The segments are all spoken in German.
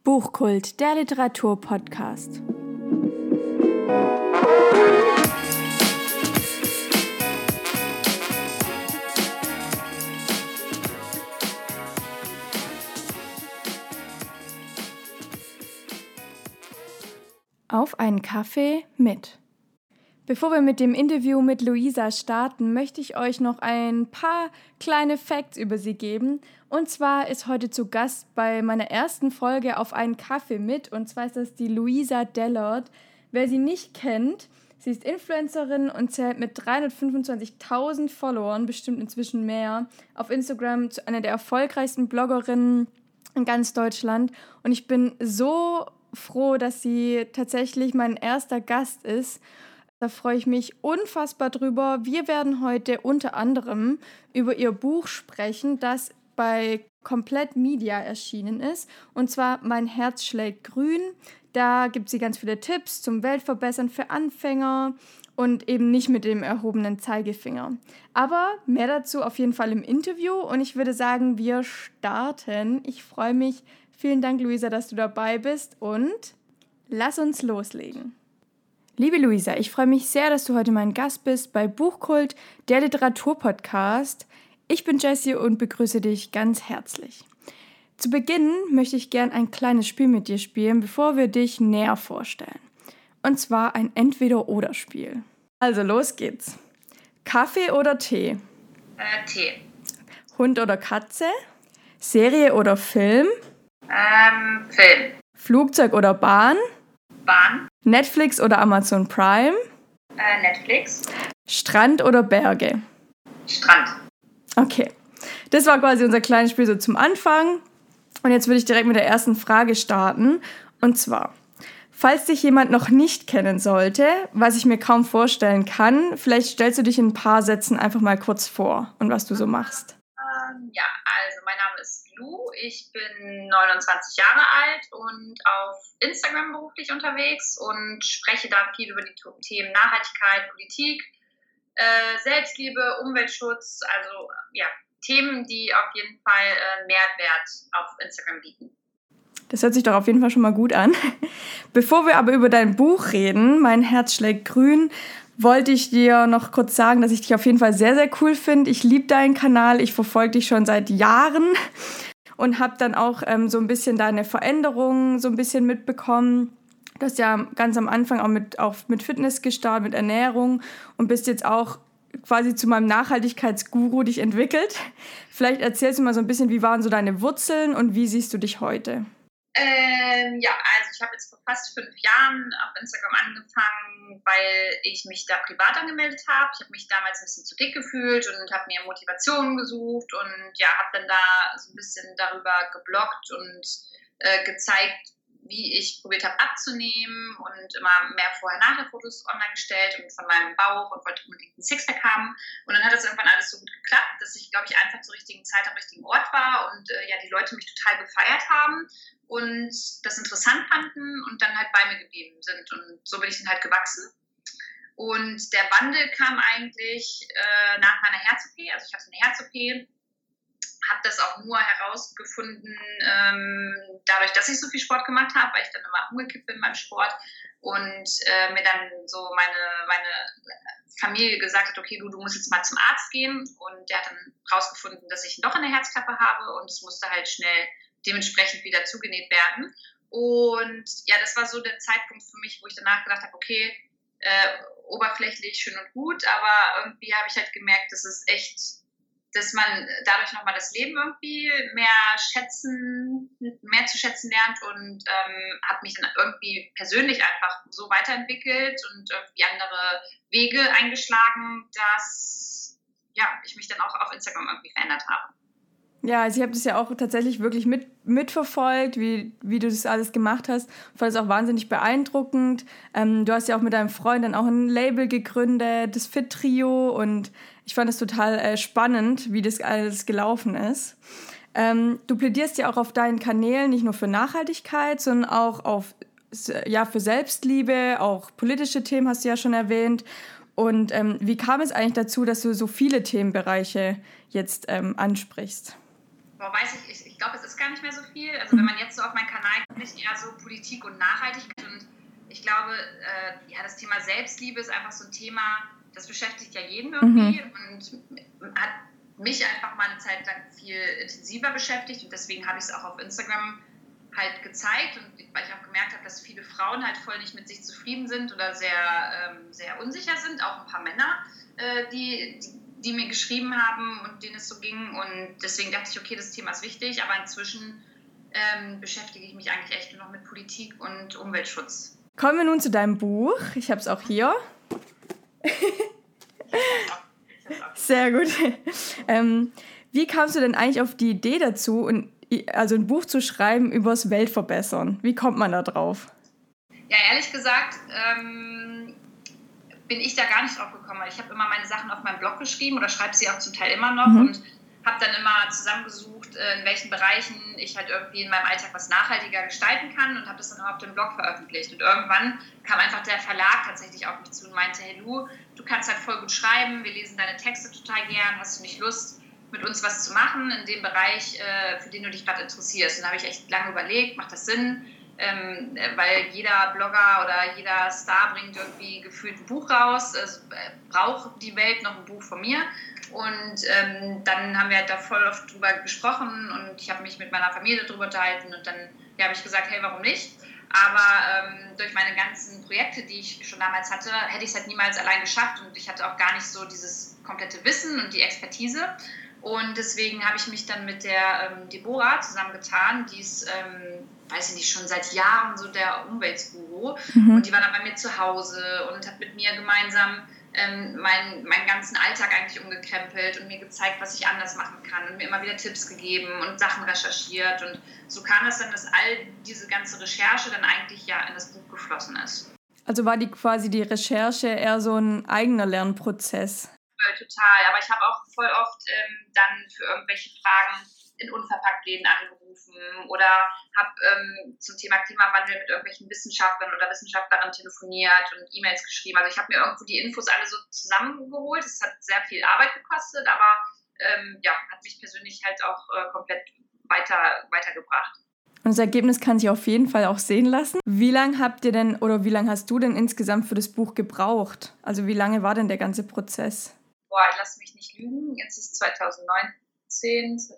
Buchkult, der Literaturpodcast. Auf einen Kaffee mit. Bevor wir mit dem Interview mit Luisa starten, möchte ich euch noch ein paar kleine Facts über sie geben. Und zwar ist heute zu Gast bei meiner ersten Folge auf einen Kaffee mit. Und zwar ist das die Luisa Dellert. Wer sie nicht kennt, sie ist Influencerin und zählt mit 325.000 Followern, bestimmt inzwischen mehr, auf Instagram zu einer der erfolgreichsten Bloggerinnen in ganz Deutschland. Und ich bin so froh, dass sie tatsächlich mein erster Gast ist. Da freue ich mich unfassbar drüber. Wir werden heute unter anderem über ihr Buch sprechen, das bei Komplett Media erschienen ist. Und zwar Mein Herz schlägt grün. Da gibt sie ganz viele Tipps zum Weltverbessern für Anfänger und eben nicht mit dem erhobenen Zeigefinger. Aber mehr dazu auf jeden Fall im Interview. Und ich würde sagen, wir starten. Ich freue mich. Vielen Dank, Luisa, dass du dabei bist. Und lass uns loslegen. Liebe Luisa, ich freue mich sehr, dass du heute mein Gast bist bei Buchkult, der Literaturpodcast. Ich bin Jessie und begrüße dich ganz herzlich. Zu Beginn möchte ich gern ein kleines Spiel mit dir spielen, bevor wir dich näher vorstellen. Und zwar ein Entweder-oder-Spiel. Also los geht's. Kaffee oder Tee? Tee. Hund oder Katze? Serie oder Film? Film. Flugzeug oder Bahn? Bahn. Netflix oder Amazon Prime? Netflix. Strand oder Berge? Strand. Okay, das war quasi unser kleines Spiel so zum Anfang. Und jetzt würde ich direkt mit der ersten Frage starten. Und zwar, falls dich jemand noch nicht kennen sollte, was ich mir kaum vorstellen kann, vielleicht stellst du dich in ein paar Sätzen einfach mal kurz vor und was du so machst. Ja, also mein Name ist Lu, ich bin 29 Jahre alt und auf Instagram beruflich unterwegs und spreche da viel über die Themen Nachhaltigkeit, Politik, Selbstliebe, Umweltschutz, also ja, Themen, die auf jeden Fall Mehrwert auf Instagram bieten. Das hört sich doch auf jeden Fall schon mal gut an. Bevor wir aber über dein Buch reden, Mein Herz schlägt grün, wollte ich dir noch kurz sagen, dass ich dich auf jeden Fall sehr, sehr cool finde. Ich liebe deinen Kanal, ich verfolge dich schon seit Jahren und habe dann auch so ein bisschen deine Veränderungen so ein bisschen mitbekommen. Du hast ja ganz am Anfang auch mit Fitness gestartet, mit Ernährung und bist jetzt auch quasi zu meinem Nachhaltigkeitsguru dich entwickelt. Vielleicht erzählst du mal so ein bisschen, wie waren so deine Wurzeln und wie siehst du dich heute? Ja, also ich habe jetzt vor fast 5 Jahren auf Instagram angefangen, weil ich mich da privat angemeldet habe. Ich habe mich damals ein bisschen zu dick gefühlt und habe mir Motivation gesucht und ja, habe dann da so ein bisschen darüber gebloggt und gezeigt, wie ich probiert habe abzunehmen und immer mehr Vorher-Nachher-Fotos online gestellt und von meinem Bauch und wollte unbedingt einen Sixpack haben. Und dann hat das irgendwann alles so gut geklappt, dass ich, glaube ich, einfach zur richtigen Zeit am richtigen Ort war und ja, die Leute mich total gefeiert haben und das interessant fanden und dann halt bei mir geblieben sind. Und so bin ich dann halt gewachsen. Und der Wandel kam eigentlich nach meiner Herz-OP. Also ich hatte eine Herz-OP, habe das auch nur herausgefunden, dadurch, dass ich so viel Sport gemacht habe, weil ich dann immer umgekippt bin beim Sport und mir dann so meine Familie gesagt hat, okay, du musst jetzt mal zum Arzt gehen, und der hat dann rausgefunden, dass ich ein Loch in der Herzklappe habe und es musste halt schnell dementsprechend wieder zugenäht werden. Und ja, das war so der Zeitpunkt für mich, wo ich danach gedacht habe, okay, oberflächlich schön und gut, aber irgendwie habe ich halt gemerkt, dass man dadurch nochmal das Leben irgendwie mehr zu schätzen lernt und habe mich dann irgendwie persönlich einfach so weiterentwickelt und irgendwie andere Wege eingeschlagen, dass ja, ich mich dann auch auf Instagram irgendwie verändert habe. Ja, also ich habe das ja auch tatsächlich wirklich mitverfolgt, wie du das alles gemacht hast. Ich fand das auch wahnsinnig beeindruckend. Du hast ja auch mit deinem Freund dann auch ein Label gegründet, das Fit Trio, und ich fand es total spannend, wie das alles gelaufen ist. Du plädierst ja auch auf deinen Kanälen nicht nur für Nachhaltigkeit, sondern auch für Selbstliebe, auch politische Themen hast du ja schon erwähnt. Und wie kam es eigentlich dazu, dass du so viele Themenbereiche jetzt ansprichst? Weiß ich glaube, es ist gar nicht mehr so viel. Also wenn man jetzt so auf meinen Kanal guckt, ich eher Politik und Nachhaltigkeit. Und ich glaube, das Thema Selbstliebe ist einfach so ein Thema, das beschäftigt ja jeden irgendwie und hat mich einfach mal eine Zeit lang viel intensiver beschäftigt. Und deswegen habe ich es auch auf Instagram halt gezeigt. Und weil ich auch gemerkt habe, dass viele Frauen halt voll nicht mit sich zufrieden sind oder sehr unsicher sind. Auch ein paar Männer, die mir geschrieben haben und denen es so ging. Und deswegen dachte ich, okay, das Thema ist wichtig. Aber inzwischen beschäftige ich mich eigentlich echt nur noch mit Politik und Umweltschutz. Kommen wir nun zu deinem Buch. Ich habe es auch hier. Sehr gut. Wie kamst du denn eigentlich auf die Idee dazu, also ein Buch zu schreiben übers Weltverbessern? Wie kommt man da drauf? Ja, ehrlich gesagt bin ich da gar nicht drauf gekommen. Ich habe immer meine Sachen auf meinem Blog geschrieben oder schreibe sie auch zum Teil immer noch und habe dann immer zusammengesucht, in welchen Bereichen ich halt irgendwie in meinem Alltag was nachhaltiger gestalten kann und habe das dann auch auf dem Blog veröffentlicht. Und irgendwann kam einfach der Verlag tatsächlich auf mich zu und meinte, hey Lu, du kannst halt voll gut schreiben, wir lesen deine Texte total gern, hast du nicht Lust, mit uns was zu machen in dem Bereich, für den du dich gerade interessierst? Und da habe ich echt lange überlegt, macht das Sinn? Weil jeder Blogger oder jeder Star bringt irgendwie gefühlt ein Buch raus, braucht die Welt noch ein Buch von mir. Und dann haben wir halt da voll oft drüber gesprochen und ich habe mich mit meiner Familie drüber unterhalten und dann habe ich gesagt, hey, warum nicht? Aber durch meine ganzen Projekte, die ich schon damals hatte, hätte ich es halt niemals allein geschafft und ich hatte auch gar nicht so dieses komplette Wissen und die Expertise. Und deswegen habe ich mich dann mit der Deborah zusammengetan, die ist, weiß ich nicht, schon seit Jahren so der Umweltguru. Und die war dann bei mir zu Hause und hat mit mir gemeinsam meinen ganzen Alltag eigentlich umgekrempelt und mir gezeigt, was ich anders machen kann und mir immer wieder Tipps gegeben und Sachen recherchiert. Und so kam es dann, dass all diese ganze Recherche dann eigentlich ja in das Buch geflossen ist. Also war quasi die Recherche eher so ein eigener Lernprozess? Total, aber ich habe auch voll oft dann für irgendwelche Fragen in Unverpacktläden angerufen oder habe zum Thema Klimawandel mit irgendwelchen Wissenschaftlern oder Wissenschaftlerinnen telefoniert und E-Mails geschrieben. Also ich habe mir irgendwo die Infos alle so zusammengeholt. Es hat sehr viel Arbeit gekostet, aber hat mich persönlich halt auch komplett weitergebracht. Und das Ergebnis kann sich auf jeden Fall auch sehen lassen. Wie lange hast du denn insgesamt für das Buch gebraucht? Also wie lange war denn der ganze Prozess? Ich lasse mich nicht lügen. Jetzt ist 2019, ich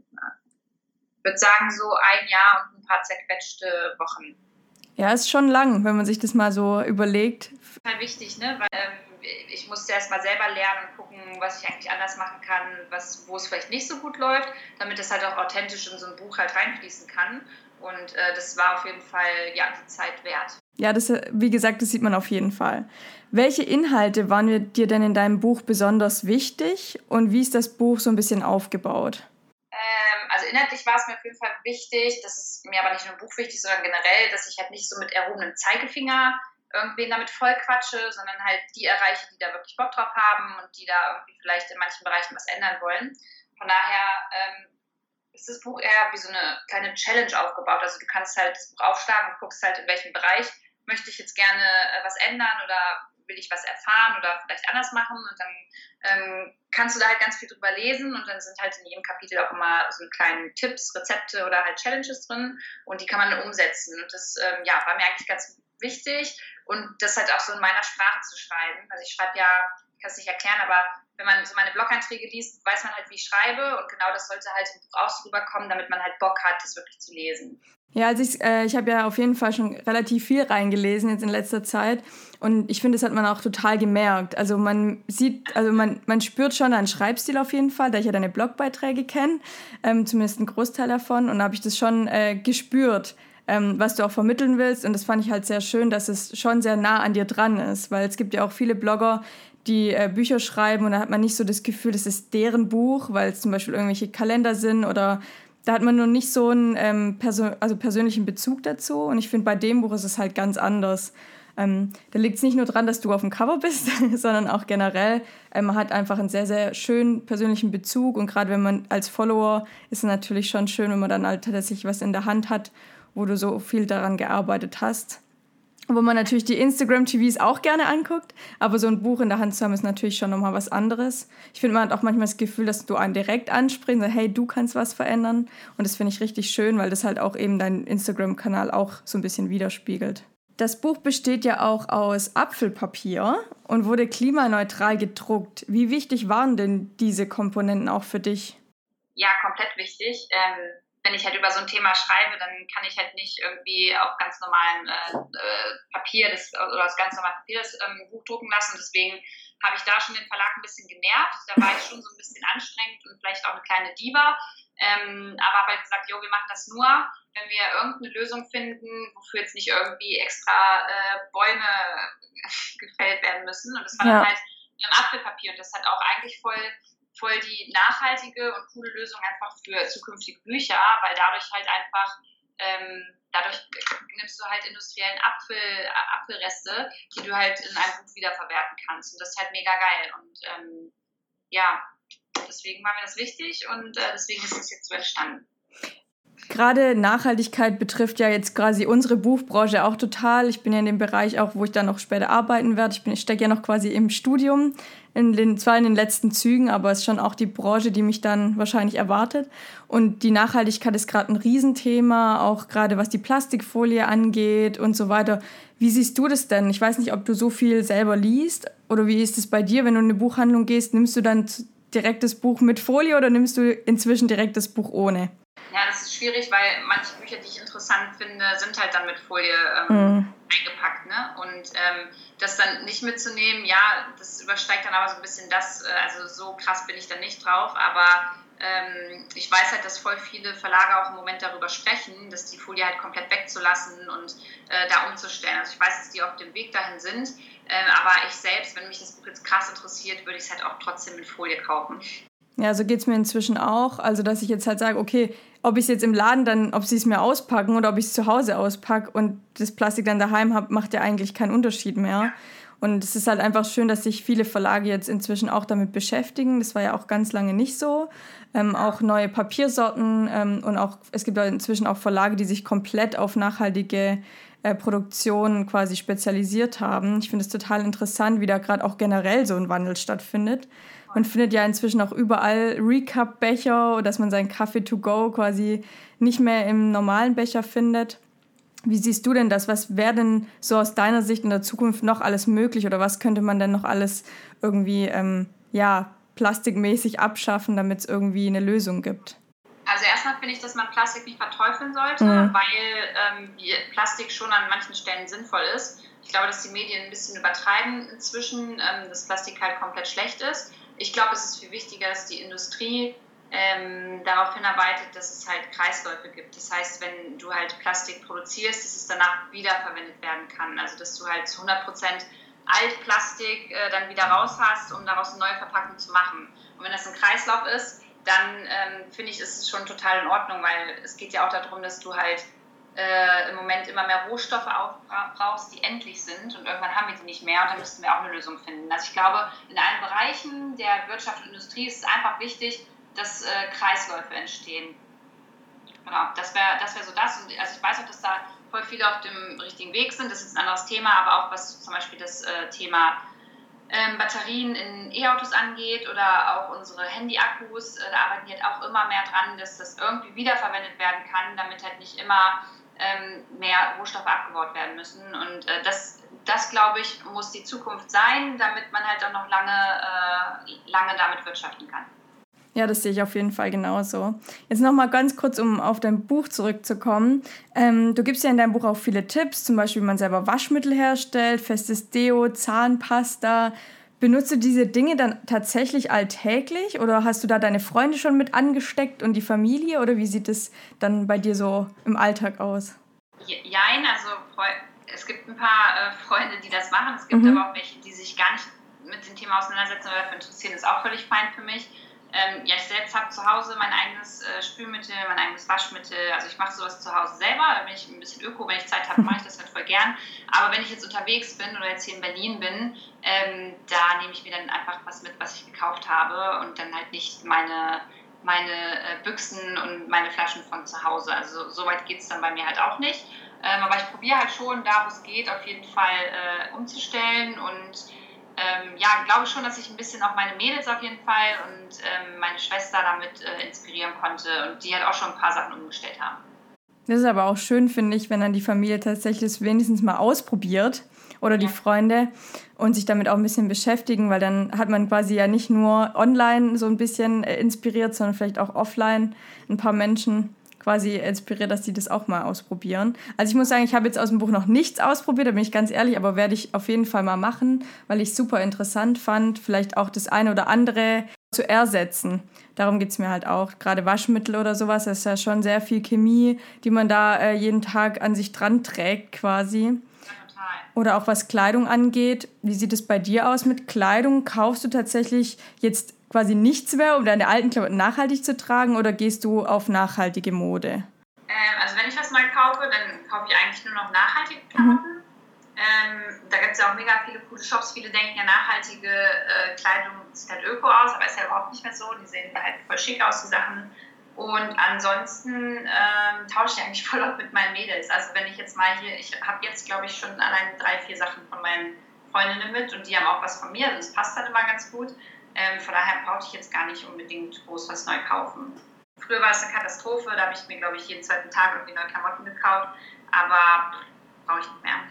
würde sagen so ein Jahr und ein paar zerquetschte Wochen. Ja, ist schon lang, wenn man sich das mal so überlegt. Total wichtig, ne? Weil ich musste erst mal selber lernen und gucken, was ich eigentlich anders machen kann, wo es vielleicht nicht so gut läuft, damit es halt auch authentisch in so ein Buch halt reinfließen kann. Und das war auf jeden Fall die Zeit wert. Ja, wie gesagt, das sieht man auf jeden Fall. Welche Inhalte waren dir denn in deinem Buch besonders wichtig und wie ist das Buch so ein bisschen aufgebaut? Also inhaltlich war es mir auf jeden Fall wichtig, das ist mir aber nicht nur im Buch wichtig, sondern generell, dass ich halt nicht so mit erhobenem Zeigefinger irgendwen damit voll quatsche, sondern halt die erreiche, die da wirklich Bock drauf haben und die da irgendwie vielleicht in manchen Bereichen was ändern wollen. Von daher ist das Buch eher wie so eine kleine Challenge aufgebaut. Also du kannst halt das Buch aufschlagen und guckst halt, in welchem Bereich möchte ich jetzt gerne was ändern oder will ich was erfahren oder vielleicht anders machen und dann kannst du da halt ganz viel drüber lesen und dann sind halt in jedem Kapitel auch immer so kleine Tipps, Rezepte oder halt Challenges drin und die kann man dann umsetzen und das war mir eigentlich ganz wichtig und das halt auch so in meiner Sprache zu schreiben. Also ich schreibe ich kann es nicht erklären, aber wenn man so meine Blog-Einträge liest, weiß man halt, wie ich schreibe und genau das sollte halt im Buch auch so rüberkommen, damit man halt Bock hat, das wirklich zu lesen. Ja, also ich habe ja auf jeden Fall schon relativ viel reingelesen jetzt in letzter Zeit und ich finde, das hat man auch total gemerkt. Also man spürt schon einen Schreibstil auf jeden Fall, da ich ja deine Blogbeiträge kenne, zumindest einen Großteil davon und da habe ich das schon gespürt, was du auch vermitteln willst und das fand ich halt sehr schön, dass es schon sehr nah an dir dran ist, weil es gibt ja auch viele Blogger, die Bücher schreiben und da hat man nicht so das Gefühl, das ist deren Buch, weil es zum Beispiel irgendwelche Kalender sind oder da hat man nur nicht so einen persönlichen Bezug dazu und ich finde, bei dem Buch ist es halt ganz anders. Da liegt es nicht nur dran, dass du auf dem Cover bist, sondern auch generell. Man hat einfach einen sehr, sehr schönen persönlichen Bezug und gerade wenn man als Follower ist es natürlich schon schön, wenn man dann halt tatsächlich was in der Hand hat, wo du so viel daran gearbeitet hast. wo man natürlich die Instagram-TVs auch gerne anguckt, aber so ein Buch in der Hand zu haben, ist natürlich schon nochmal was anderes. Ich finde, man hat auch manchmal das Gefühl, dass du einen direkt ansprichst, so, hey, du kannst was verändern. Und das finde ich richtig schön, weil das halt auch eben deinen Instagram-Kanal auch so ein bisschen widerspiegelt. Das Buch besteht ja auch aus Apfelpapier und wurde klimaneutral gedruckt. Wie wichtig waren denn diese Komponenten auch für dich? Ja, komplett wichtig. Wenn ich halt über so ein Thema schreibe, dann kann ich halt nicht irgendwie auf ganz normalem Papier oder aus ganz normalem Papier das Buch drucken lassen. Deswegen habe ich da schon den Verlag ein bisschen genervt. Da war ich schon so ein bisschen anstrengend und vielleicht auch eine kleine Diva. Aber habe halt gesagt, jo, wir machen das nur, wenn wir irgendeine Lösung finden, wofür jetzt nicht irgendwie extra Bäume gefällt werden müssen. Und das war dann halt Apfelpapier. Und das hat auch eigentlich voll die nachhaltige und coole Lösung einfach für zukünftige Bücher, weil dadurch halt einfach, dadurch nimmst du halt industriellen Apfelreste, die du halt in einem Buch wiederverwerten kannst. Und das ist halt mega geil. Und ja, deswegen war mir das wichtig und deswegen ist es jetzt so entstanden. Gerade Nachhaltigkeit betrifft ja jetzt quasi unsere Buchbranche auch total. Ich bin ja in dem Bereich auch, wo ich dann noch später arbeiten werde. Ich stecke ja noch quasi im Studium, zwar in den letzten Zügen, aber es ist schon auch die Branche, die mich dann wahrscheinlich erwartet. Und die Nachhaltigkeit ist gerade ein Riesenthema, auch gerade was die Plastikfolie angeht und so weiter. Wie siehst du das denn? Ich weiß nicht, ob du so viel selber liest oder wie ist es bei dir, wenn du in eine Buchhandlung gehst, nimmst du dann direkt das Buch mit Folie oder nimmst du inzwischen direkt das Buch ohne? Ja, das ist schwierig, weil manche Bücher, die ich interessant finde, sind halt dann mit Folie eingepackt. Ne? Und das dann nicht mitzunehmen, ja, das übersteigt dann aber so ein bisschen das, also so krass bin ich dann nicht drauf, aber ich weiß halt, dass voll viele Verlage auch im Moment darüber sprechen, dass die Folie halt komplett wegzulassen und da umzustellen. Also ich weiß, dass die auf dem Weg dahin sind, aber ich selbst, wenn mich das Buch jetzt krass interessiert, würde ich es halt auch trotzdem mit Folie kaufen. Ja, so geht es mir inzwischen auch. Also, dass ich jetzt halt sage, okay, ob ich es jetzt im Laden dann, ob sie es mir auspacken oder ob ich es zu Hause auspacke und das Plastik dann daheim habe, macht ja eigentlich keinen Unterschied mehr. Und es ist halt einfach schön, dass sich viele Verlage jetzt inzwischen auch damit beschäftigen. Das war ja auch ganz lange nicht so. Auch neue Papiersorten und auch, es gibt inzwischen auch Verlage, die sich komplett auf nachhaltige Produktion quasi spezialisiert haben. Ich finde es total interessant, wie da gerade auch generell so ein Wandel stattfindet. Man findet ja inzwischen auch überall Recap-Becher, dass man seinen Kaffee to go quasi nicht mehr im normalen Becher findet. Wie siehst du denn das? Was wäre denn so aus deiner Sicht in der Zukunft noch alles möglich oder was könnte man denn noch alles irgendwie plastikmäßig abschaffen, damit es irgendwie eine Lösung gibt? Also erstmal finde ich, dass man Plastik nicht verteufeln sollte, weil Plastik schon an manchen Stellen sinnvoll ist. Ich glaube, dass die Medien ein bisschen übertreiben inzwischen, dass Plastik halt komplett schlecht ist. Ich glaube, es ist viel wichtiger, dass die Industrie darauf hinarbeitet, dass es halt Kreisläufe gibt. Das heißt, wenn du halt Plastik produzierst, dass es danach wiederverwendet werden kann. Also dass du halt zu 100% Altplastik dann wieder raus hast, um daraus eine neue Verpackung zu machen. Und wenn das ein Kreislauf ist, dann finde ich, ist es schon total in Ordnung, weil es geht ja auch darum, dass du halt im Moment immer mehr Rohstoffe brauchst, die endlich sind und irgendwann haben wir die nicht mehr und dann müssten wir auch eine Lösung finden. Also ich glaube, in allen Bereichen der Wirtschaft und Industrie ist es einfach wichtig, dass Kreisläufe entstehen. Genau, das wäre so das. Und also ich weiß auch, dass da voll viele auf dem richtigen Weg sind. Das ist ein anderes Thema, aber auch was zum Beispiel das Thema Batterien in E-Autos angeht oder auch unsere Handy-Akkus, da arbeiten die halt auch immer mehr dran, dass das irgendwie wiederverwendet werden kann, damit halt nicht immer mehr Rohstoffe abgebaut werden müssen. Und das glaube ich, muss die Zukunft sein, damit man halt auch noch lange damit wirtschaften kann. Ja, das sehe ich auf jeden Fall genauso. Jetzt nochmal ganz kurz, um auf dein Buch zurückzukommen. Du gibst ja in deinem Buch auch viele Tipps, zum Beispiel, wie man selber Waschmittel herstellt, festes Deo, Zahnpasta. Benutzt du diese Dinge dann tatsächlich alltäglich oder hast du da deine Freunde schon mit angesteckt und die Familie oder wie sieht es dann bei dir so im Alltag aus? Jein, also es gibt ein paar Freunde, die das machen. Es gibt aber auch welche, die sich gar nicht mit dem Thema auseinandersetzen oder dafür interessieren. Das ist auch völlig fein für mich. Ja, ich selbst habe zu Hause mein eigenes Spülmittel, mein eigenes Waschmittel. Also ich mache sowas zu Hause selber, da bin ich ein bisschen öko. Wenn ich Zeit habe, mache ich das halt voll gern. Aber wenn ich jetzt unterwegs bin oder jetzt hier in Berlin bin, da nehme ich mir dann einfach was mit, was ich gekauft habe und dann halt nicht meine Büchsen und meine Flaschen von zu Hause. Also so weit geht es dann bei mir halt auch nicht. Aber ich probiere halt schon, da wo es geht, auf jeden Fall umzustellen und glaube schon, dass ich ein bisschen auch meine Mädels auf jeden Fall und meine Schwester damit inspirieren konnte und die halt auch schon ein paar Sachen umgestellt haben. Das ist aber auch schön, finde ich, wenn dann die Familie tatsächlich es wenigstens mal ausprobiert oder die Freunde und sich damit auch ein bisschen beschäftigen, weil dann hat man quasi ja nicht nur online so ein bisschen inspiriert, sondern vielleicht auch offline ein paar Menschen quasi inspiriert, dass die das auch mal ausprobieren. Also ich muss sagen, ich habe jetzt aus dem Buch noch nichts ausprobiert, da bin ich ganz ehrlich, aber werde ich auf jeden Fall mal machen, weil ich es super interessant fand, vielleicht auch das eine oder andere zu ersetzen. Darum geht es mir halt auch. Gerade Waschmittel oder sowas, das ist ja schon sehr viel Chemie, die man da jeden Tag an sich dran trägt quasi. Ja, total. Oder auch was Kleidung angeht. Wie sieht es bei dir aus mit Kleidung? Kaufst du tatsächlich jetzt quasi nichts mehr, um deine alten Klamotten nachhaltig zu tragen, oder gehst du auf nachhaltige Mode? Also wenn ich was mal kaufe, dann kaufe ich eigentlich nur noch nachhaltige Klamotten. Da gibt es ja auch mega viele coole Shops. Viele denken ja, nachhaltige Kleidung sieht halt öko aus, aber ist ja überhaupt nicht mehr so. Die sehen halt voll schick aus, die Sachen. Und ansonsten tausche ich eigentlich voll oft mit meinen Mädels. Also wenn ich jetzt mal ich habe jetzt, glaube ich, schon allein 3-4 Sachen von meinen Freundinnen mit und die haben auch was von mir. Das passt halt immer ganz gut. Von daher brauche ich jetzt gar nicht unbedingt groß was neu kaufen. Früher war es eine Katastrophe, da habe ich mir, glaube ich, jeden zweiten Tag irgendwie neue Klamotten gekauft, aber brauche ich nicht mehr.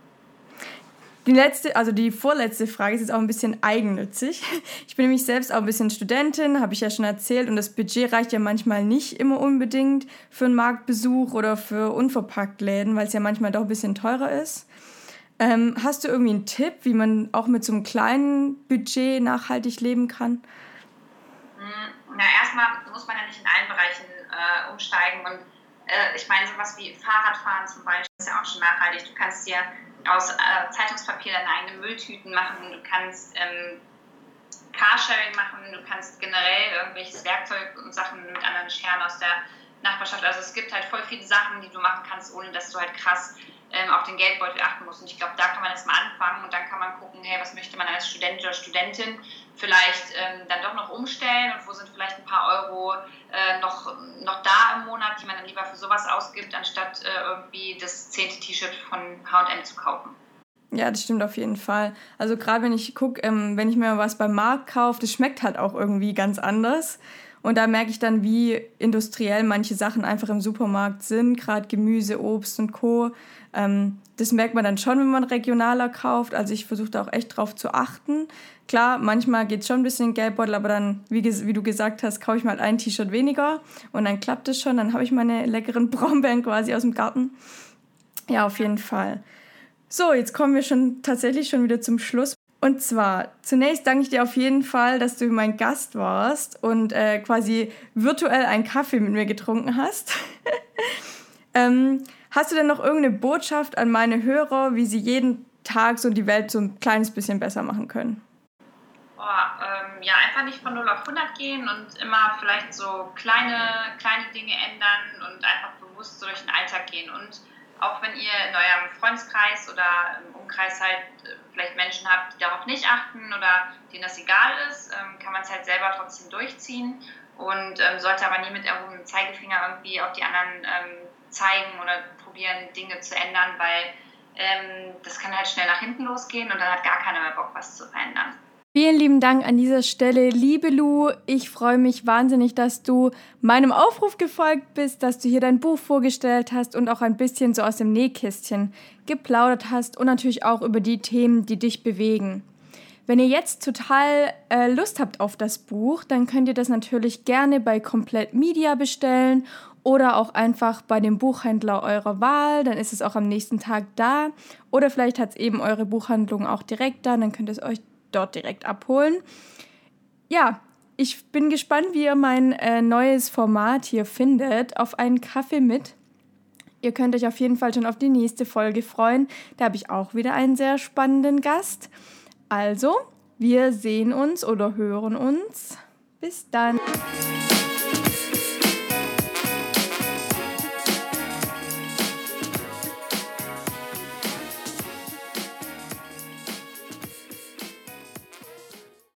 Die vorletzte Frage ist jetzt auch ein bisschen eigennützig. Ich bin nämlich selbst auch ein bisschen Studentin, habe ich ja schon erzählt, und das Budget reicht ja manchmal nicht immer unbedingt für einen Marktbesuch oder für Unverpacktläden, weil es ja manchmal doch ein bisschen teurer ist. Hast du irgendwie einen Tipp, wie man auch mit so einem kleinen Budget nachhaltig leben kann? Erstmal muss man ja nicht in allen Bereichen umsteigen. Und ich meine, sowas wie Fahrradfahren zum Beispiel ist ja auch schon nachhaltig. Du kannst dir aus Zeitungspapier deine eigenen Mülltüten machen, du kannst Carsharing machen, du kannst generell irgendwelches Werkzeug und Sachen mit anderen scheren aus der Nachbarschaft. Also es gibt halt voll viele Sachen, die du machen kannst, ohne dass du halt krass auf den Geldbeutel achten musst. Und ich glaube, da kann man jetzt mal anfangen und dann kann man gucken, hey, was möchte man als Student oder Studentin vielleicht dann doch noch umstellen und wo sind vielleicht ein paar Euro noch da im Monat, die man dann lieber für sowas ausgibt, anstatt irgendwie das 10. T-Shirt von H&M zu kaufen. Ja, das stimmt auf jeden Fall. Also gerade wenn ich gucke, wenn ich mir was beim Markt kaufe, das schmeckt halt auch irgendwie ganz anders. Und da merke ich dann, wie industriell manche Sachen einfach im Supermarkt sind, gerade Gemüse, Obst und Co. Das merkt man dann schon, wenn man regionaler kauft. Also ich versuche da auch echt drauf zu achten. Klar, manchmal geht es schon ein bisschen in den Geldbeutel, aber dann, wie du gesagt hast, kaufe ich mal ein T-Shirt weniger und dann klappt es schon. Dann habe ich meine leckeren Brombeeren quasi aus dem Garten. Ja, auf jeden Fall. So, jetzt kommen wir tatsächlich schon wieder zum Schluss. Und zwar, zunächst danke ich dir auf jeden Fall, dass du mein Gast warst und quasi virtuell einen Kaffee mit mir getrunken hast. Hast du denn noch irgendeine Botschaft an meine Hörer, wie sie jeden Tag so die Welt so ein kleines bisschen besser machen können? Einfach nicht von 0 auf 100 gehen und immer vielleicht so kleine Dinge ändern und einfach bewusst so durch den Alltag gehen. Und auch wenn ihr in eurem Freundeskreis oder im Umkreis halt vielleicht Menschen habt, die darauf nicht achten oder denen das egal ist, kann man es halt selber trotzdem durchziehen und sollte aber nie mit erhobenem Zeigefinger irgendwie auf die anderen zeigen oder probieren, Dinge zu ändern, weil das kann halt schnell nach hinten losgehen und dann hat gar keiner mehr Bock, was zu verändern. Vielen lieben Dank an dieser Stelle, liebe Lu. Ich freue mich wahnsinnig, dass du meinem Aufruf gefolgt bist, dass du hier dein Buch vorgestellt hast und auch ein bisschen so aus dem Nähkästchen geplaudert hast und natürlich auch über die Themen, die dich bewegen. Wenn ihr jetzt total Lust habt auf das Buch, dann könnt ihr das natürlich gerne bei Komplett Media bestellen oder auch einfach bei dem Buchhändler eurer Wahl, dann ist es auch am nächsten Tag da. Oder vielleicht hat es eben eure Buchhandlung auch direkt da, dann könnt ihr es euch dort direkt abholen. Ja, ich bin gespannt, wie ihr mein neues Format hier findet, auf einen Kaffee mit. Ihr könnt euch auf jeden Fall schon auf die nächste Folge freuen. Da habe ich auch wieder einen sehr spannenden Gast. Also, wir sehen uns oder hören uns. Bis dann.